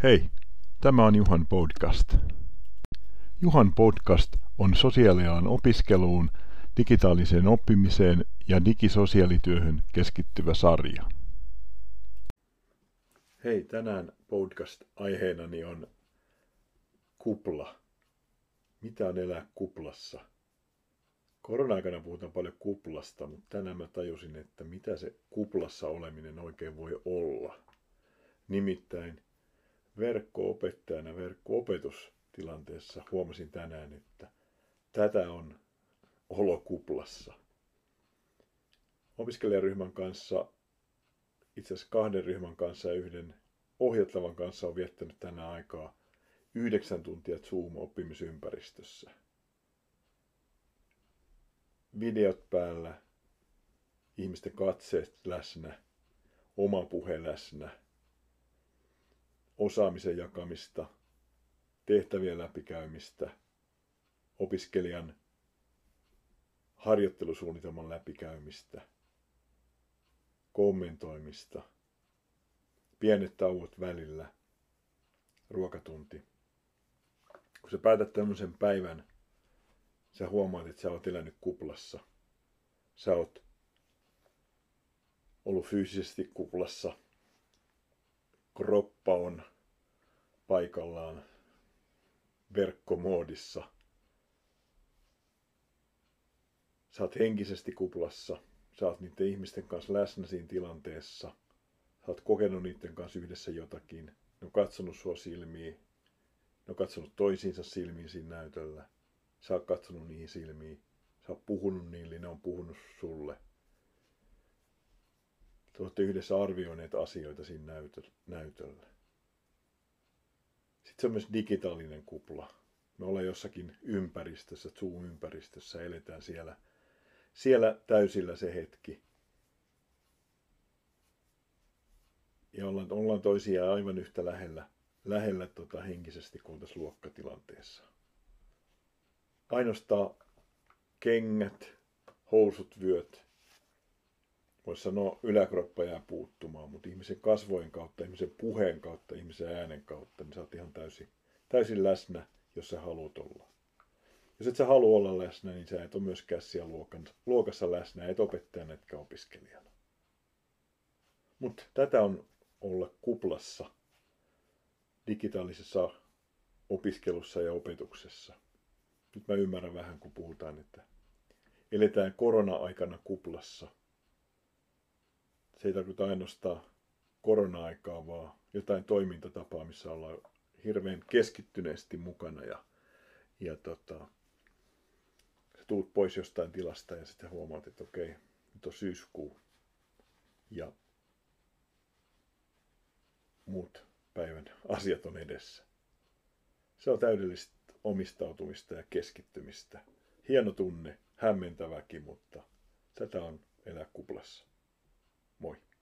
Hei, tämä on Juhan podcast. Juhan podcast on sosiaalialan opiskeluun, digitaaliseen oppimiseen ja digisosiaalityöhön keskittyvä sarja. Hei, tänään podcast-aiheenani on kupla. Mitä on elää kuplassa? Korona-aikana puhutaan paljon kuplasta, mutta tänään mä tajusin, että mitä se kuplassa oleminen oikein voi olla. Nimittäin verkko-opettajana, verkko-opetustilanteessa huomasin tänään, että tätä on olo kuplassa. Opiskelijaryhmän kanssa, itse asiassa 2 ryhmän kanssa ja 1 ohjattavan kanssa on viettänyt tänään aikaa 9 tuntia Zoom-oppimisympäristössä. Videot päällä, ihmisten katseet läsnä, oma puhe läsnä, osaamisen jakamista, tehtävien läpikäymistä, opiskelijan harjoittelusuunnitelman läpikäymistä, kommentoimista, pienet tauot välillä, ruokatunti. Kun sä päätät tämmöisen päivän, sä huomaat, että sä oot elänyt kuplassa. Sä oot ollut fyysisesti kuplassa. Kroppa on paikallaan verkkomoodissa. Sä oot henkisesti kuplassa. Sä oot niiden ihmisten kanssa läsnä siinä tilanteessa. Sä oot kokenut niiden kanssa yhdessä jotakin. Ne on katsonut sua silmiin. Ne on katsonut toisiinsa silmiin siinä näytöllä. Sä oot katsonut niihin silmiin. Sä oot puhunut niille, ne on puhunut sulle. Te olette yhdessä arvioineet asioita siinä näytöllä. Sitten se on myös digitaalinen kupla. Me ollaan jossakin ympäristössä, Zoom-ympäristössä, eletään siellä täysillä se hetki. Ja ollaan toisiaan aivan yhtä lähellä henkisesti kuin tässä luokkatilanteessa. Ainoastaan kengät, housut, vyöt. Voisi sanoa, yläkroppa jää puuttumaan, mutta ihmisen kasvojen kautta, ihmisen puheen kautta, ihmisen äänen kautta, niin sä oot ihan täysin läsnä, jos sä haluat olla. Jos et sä halua olla läsnä, niin sä et ole myöskään siellä luokassa läsnä, et opettajana etkä opiskelijana. Mutta tätä on olla kuplassa digitaalisessa opiskelussa ja opetuksessa. Nyt mä ymmärrän vähän, kun puhutaan, että eletään korona-aikana kuplassa. Se ei tarkoita ainoastaan korona-aikaa, vaan jotain toimintatapaa, missä ollaan hirveän keskittyneesti mukana. Ja sä tulet pois jostain tilasta ja sitten huomaat, että okei, nyt on syyskuu. Ja muut päivän asiat on edessä. Se on täydellistä omistautumista ja keskittymistä. Hieno tunne, hämmentäväkin, mutta tätä on elää kuplassa. Moi.